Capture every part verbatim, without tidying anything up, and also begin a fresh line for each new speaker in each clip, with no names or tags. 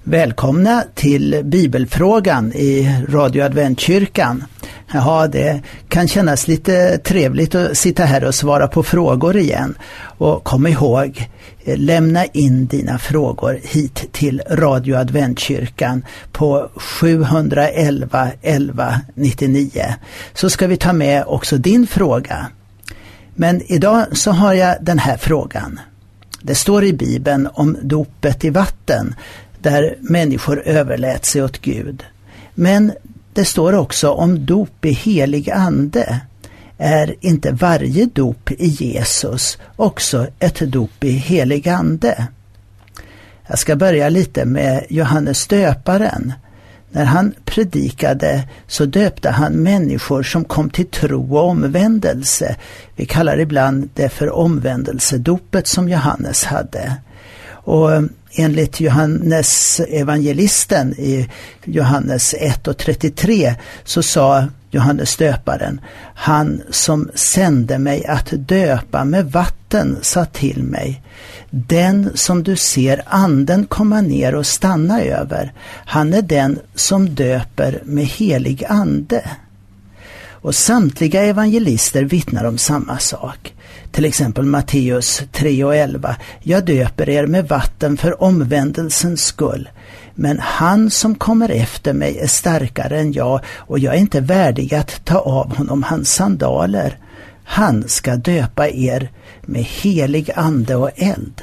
Välkomna till Bibelfrågan i Radio Adventkyrkan. Ja, det kan kännas lite trevligt att sitta här och svara på frågor igen. Och kom ihåg, lämna in dina frågor hit till Radio Adventkyrkan på sju elva elva nittionio. Så ska vi ta med också din fråga. Men idag så har jag den här frågan. Det står i Bibeln om dopet i vatten, där människor överlät sig åt Gud. Men det står också om dop i helig ande. Är inte varje dop i Jesus också ett dop i helig ande? Jag ska börja lite med Johannes döparen. När han predikade så döpte han människor som kom till tro och omvändelse. Vi kallar ibland det för omvändelsedopet som Johannes hade. Och enligt Johannes evangelisten i Johannes ett och trettiotre så sa Johannes döparen: han som sände mig att döpa med vatten sa till mig: den som du ser anden komma ner och stanna över, han är den som döper med helig ande. Och samtliga evangelister vittnar om samma sak. Till exempel Matteus tre och elva. Jag döper er med vatten för omvändelsens skull. Men han som kommer efter mig är starkare än jag, och jag är inte värdig att ta av honom hans sandaler. Han ska döpa er med helig ande och eld.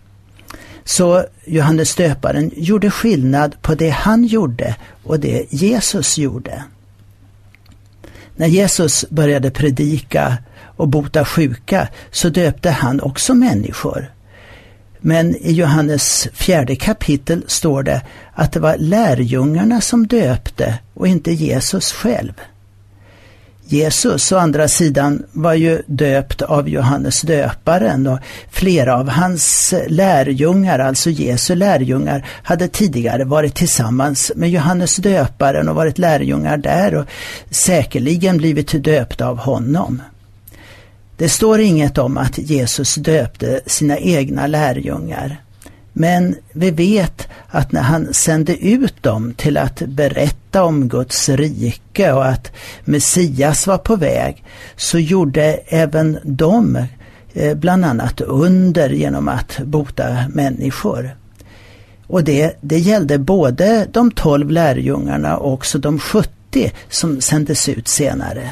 Så Johannes döparen gjorde skillnad på det han gjorde och det Jesus gjorde. När Jesus började predika och bota sjuka så döpte han också människor. Men i Johannes fjärde kapitel står det att det var lärjungarna som döpte och inte Jesus själv. Jesus å andra sidan var ju döpt av Johannes döparen, och flera av hans lärjungar, alltså Jesu lärjungar, hade tidigare varit tillsammans med Johannes döparen och varit lärjungar där och säkerligen blivit döpta av honom. Det står inget om att Jesus döpte sina egna lärjungar. Men vi vet att när han sände ut dem till att berätta om Guds rike och att Messias var på väg, så gjorde även de bland annat under genom att bota människor. Och det, det gällde både de tolv lärjungarna och också de sjuttio som sändes ut senare.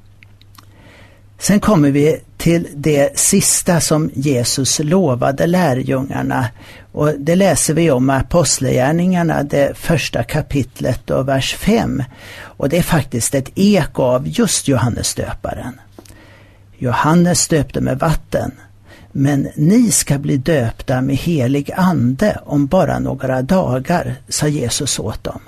Sen kommer vi till det sista som Jesus lovade lärjungarna, och det läser vi om i Apostlagärningarna, det första kapitlet och vers fem. Och det är faktiskt ett eko av just Johannes döparen. Johannes döpte med vatten, men ni ska bli döpta med helig ande om bara några dagar, sa Jesus åt dem.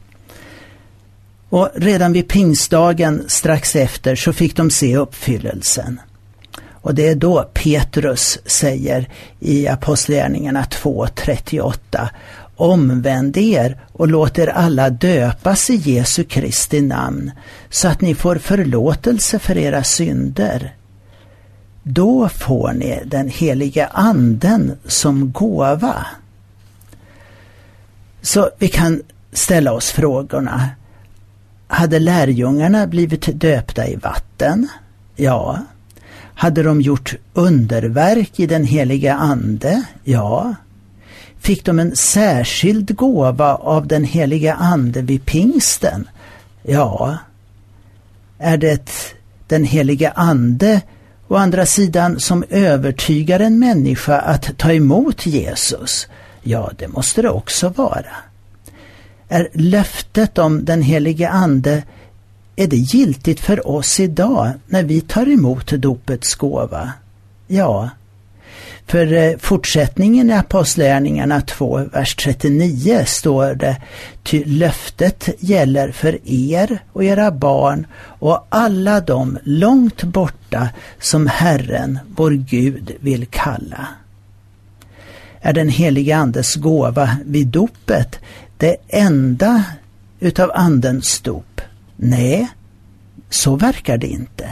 Och redan vid pingstdagen strax efter så fick de se uppfyllelsen. Och det är då Petrus säger i Apostlagärningarna två trettioåtta: omvänd er och låt er alla döpas i Jesu Kristi namn, så att ni får förlåtelse för era synder. Då får ni den helige anden som gåva. Så vi kan ställa oss frågorna: hade lärjungarna blivit döpta i vatten? Ja. Hade de gjort underverk i den heliga ande? Ja. Fick de en särskild gåva av den heliga ande vid pingsten? Ja. Är det den heliga ande å andra sidan som övertygar en människa att ta emot Jesus? Ja, det måste det också vara. Är löftet om den helige ande, är det giltigt för oss idag när vi tar emot dopets gåva? Ja, för fortsättningen i Apostlagärningarna två, vers trettionio står det: ty löftet gäller för er och era barn och alla de långt borta som Herren, vår Gud, vill kalla. Är den helige andes gåva vid dopet det enda utav andens dop? Nej, så verkar det inte.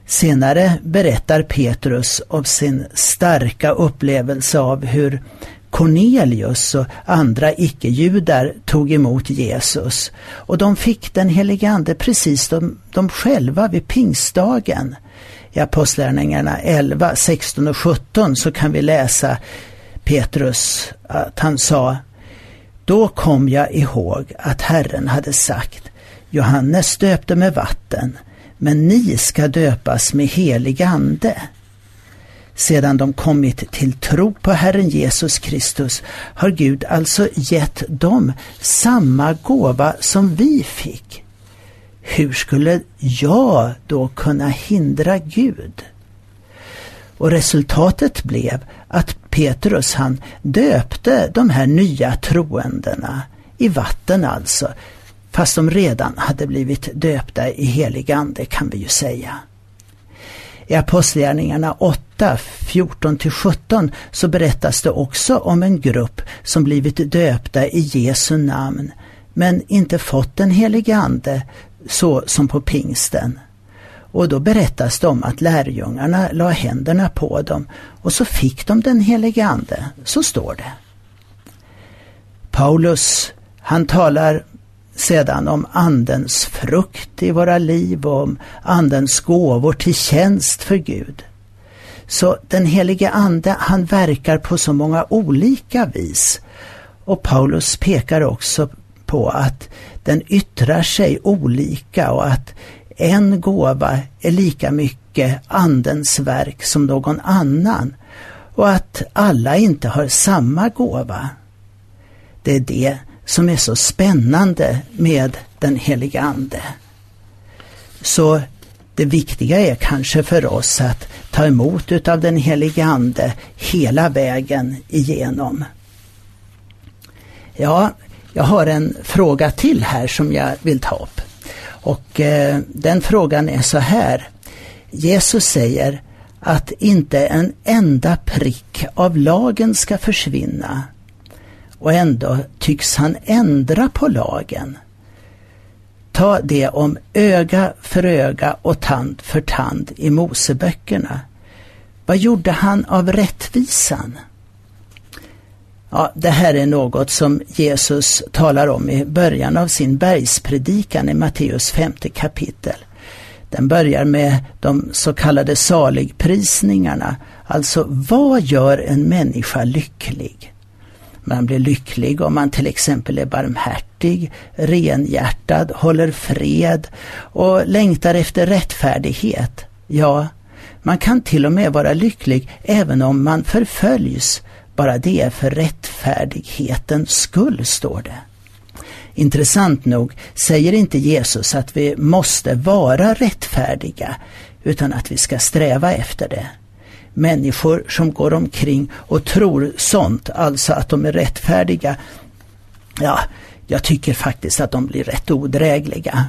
Senare berättar Petrus om sin starka upplevelse av hur Cornelius och andra icke-judar tog emot Jesus. Och de fick den helige ande precis de, de själva vid pingstdagen. I Apostlagärningarna elva, sexton och sjutton så kan vi läsa Petrus att han sa: då kom jag ihåg att Herren hade sagt: Johannes döpte med vatten, men ni ska döpas med helig ande. Sedan de kommit till tro på Herren Jesus Kristus har Gud alltså gett dem samma gåva som vi fick. Hur skulle jag då kunna hindra Gud? Och resultatet blev att Petrus han döpte de här nya troendena i vatten alltså, fast de redan hade blivit döpta i helig ande, kan vi ju säga. I Apostlagärningarna åtta, fjorton till sjutton så berättas det också om en grupp som blivit döpta i Jesu namn, men inte fått den heliga ande så som på pingsten. Och då berättas det om att lärjungarna la händerna på dem och så fick de den heliga ande. Så står det. Paulus, han talar sedan om andens frukt i våra liv och om andens gåvor till tjänst för Gud. Så den helige ande, han verkar på så många olika vis. Och Paulus pekar också på att den yttrar sig olika och att en gåva är lika mycket andens verk som någon annan och att alla inte har samma gåva. Det är det som är så spännande med den heliga ande. Så det viktiga är kanske för oss att ta emot utav den heliga ande hela vägen igenom. Ja, jag har en fråga till här som jag vill ta upp. Och eh, den frågan är så här. Jesus säger att inte en enda prick av lagen ska försvinna. Och ändå tycks han ändra på lagen. Ta det om öga för öga och tand för tand i Moseböckerna. Vad gjorde han av rättvisan? Ja, det här är något som Jesus talar om i början av sin bergspredikan i Matteus femte kapitel. Den börjar med de så kallade saligprisningarna. Alltså, vad gör en människa lycklig? Man blir lycklig om man till exempel är barmhärtig, renhjärtad, håller fred och längtar efter rättfärdighet. Ja, man kan till och med vara lycklig även om man förföljs. Bara det är för rättfärdighetens skull, står det. Intressant nog säger inte Jesus att vi måste vara rättfärdiga, utan att vi ska sträva efter det. Människor som går omkring och tror sånt, alltså att de är rättfärdiga, ja, jag tycker faktiskt att de blir rätt odrägliga.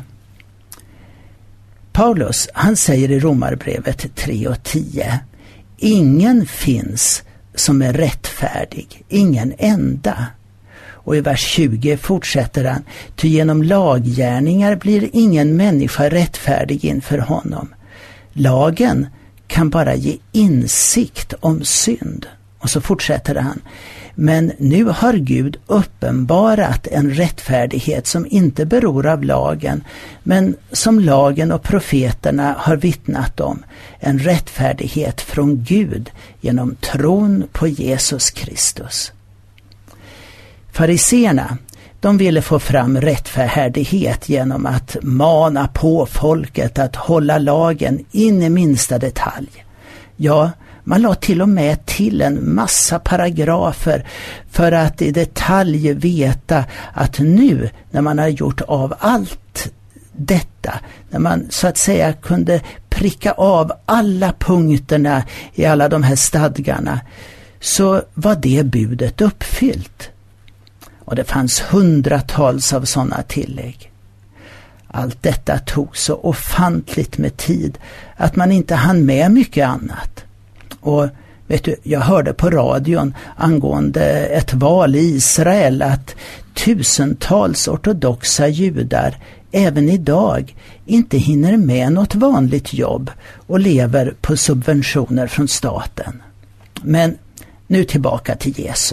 Paulus, han säger i Romarbrevet tre och tio: ingen finns som är rättfärdig, ingen enda. Och i vers tjugo fortsätter han: ty genom laggärningar blir ingen människa rättfärdig inför honom. Lagen kan bara ge insikt om synd. Och så fortsätter han: men nu har Gud uppenbarat en rättfärdighet som inte beror av lagen, men som lagen och profeterna har vittnat om. En rättfärdighet från Gud genom tron på Jesus Kristus. Fariseerna, de ville få fram rättfärdighet genom att mana på folket att hålla lagen in i minsta detalj. Ja, man la till och med till en massa paragrafer för att i detalj veta att nu när man har gjort av allt detta, när man så att säga kunde pricka av alla punkterna i alla de här stadgarna, så var det budet uppfyllt. Och det fanns hundratals av sådana tillägg. Allt detta tog så ofantligt med tid att man inte hann med mycket annat. Och vet du, jag hörde på radion angående ett val i Israel att tusentals ortodoxa judar även idag inte hinner med något vanligt jobb och lever på subventioner från staten. Men nu tillbaka till Jesus.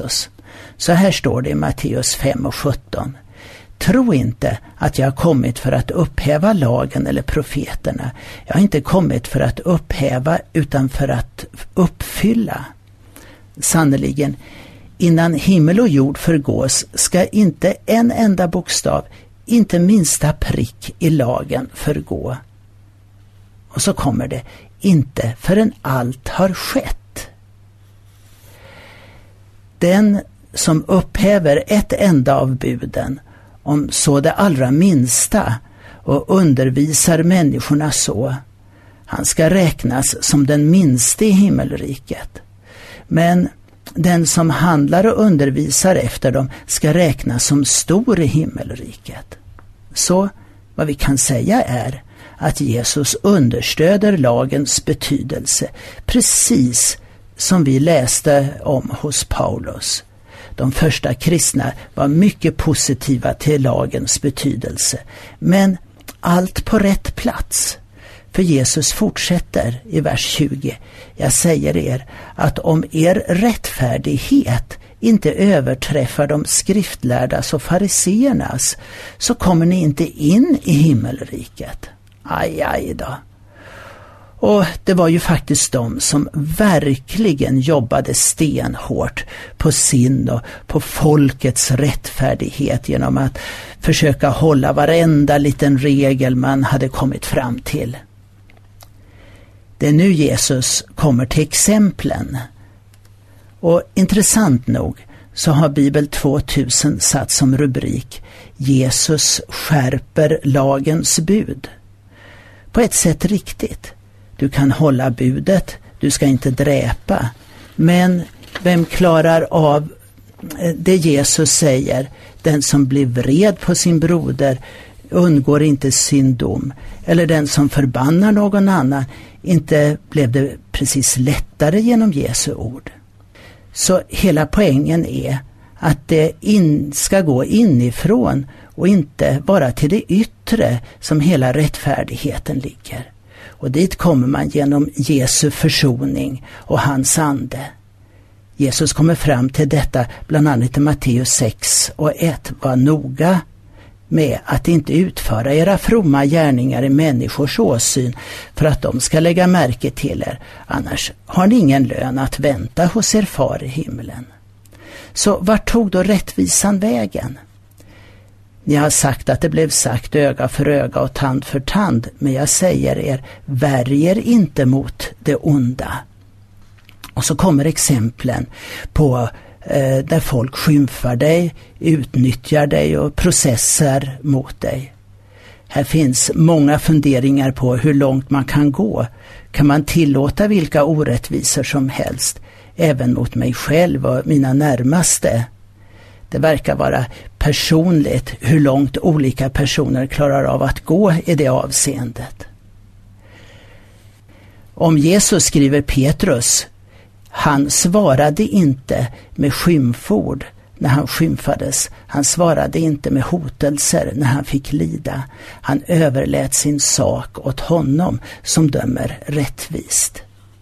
Så här står det i Matteus fem och sjutton. Tro inte att jag har kommit för att upphäva lagen eller profeterna. Jag har inte kommit för att upphäva utan för att uppfylla. Sannoliken, innan himmel och jord förgås ska inte en enda bokstav, inte minsta prick i lagen förgå. Och så kommer det, inte förrän allt har skett. Den som upphäver ett enda av buden, om så det allra minsta, och undervisar människorna så, han ska räknas som den minste i himmelriket. Men den som handlar och undervisar efter dem ska räknas som stor i himmelriket. Så vad vi kan säga är att Jesus understöder lagens betydelse, precis som vi läste om hos Paulus. De första kristna var mycket positiva till lagens betydelse, men allt på rätt plats. För Jesus fortsätter i vers tjugo. Jag säger er att om er rättfärdighet inte överträffar de skriftlärdas och fariseernas, så kommer ni inte in i himmelriket. Aj, aj då. Och det var ju faktiskt de som verkligen jobbade stenhårt på sin och på folkets rättfärdighet genom att försöka hålla varenda liten regel man hade kommit fram till. Det är nu Jesus kommer till exemplen. Och intressant nog så har Bibel tvåtusen satt som rubrik Jesus skärper lagens bud. På ett sätt riktigt. Du kan hålla budet, du ska inte dräpa. Men vem klarar av det Jesus säger? Den som blir vred på sin broder undgår inte sin dom. Eller den som förbannar någon annan, inte blev det precis lättare genom Jesu ord. Så hela poängen är att det in, ska gå inifrån och inte bara till det yttre som hela rättfärdigheten ligger. Och dit kommer man genom Jesu försoning och hans ande. Jesus kommer fram till detta bland annat i Matteus sex och ett. Var noga med att inte utföra era fromma gärningar i människors åsyn för att de ska lägga märke till er. Annars har ni ingen lön att vänta hos er far i himlen. Så vart tog då rättvisan vägen? Ni har sagt att det blev sagt öga för öga och tand för tand, men jag säger er, värjer inte mot det onda. Och så kommer exemplen på eh, där folk skymfar dig, utnyttjar dig och processar mot dig. Här finns många funderingar på hur långt man kan gå. Kan man tillåta vilka orättvisor som helst, även mot mig själv och mina närmaste? Det verkar vara personligt hur långt olika personer klarar av att gå i det avseendet. Om Jesus skriver Petrus, han svarade inte med skymford när han skymfades. Han svarade inte med hotelser när han fick lida. Han överlät sin sak åt honom som dömer rättvist.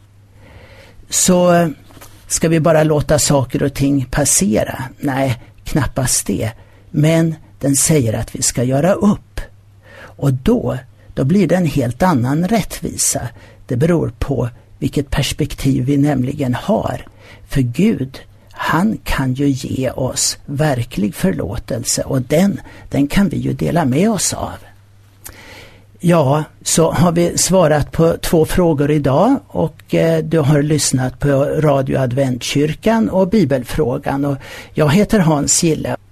Så ska vi bara låta saker och ting passera? Nej, knappast det. Men den säger att vi ska göra upp. Och då, då blir det en helt annan rättvisa. Det beror på vilket perspektiv vi nämligen har. För Gud, han kan ju ge oss verklig förlåtelse och den, den kan vi ju dela med oss av. Ja, så har vi svarat på två frågor idag och eh, du har lyssnat på Radio Adventkyrkan och Bibelfrågan och jag heter Hans Gille.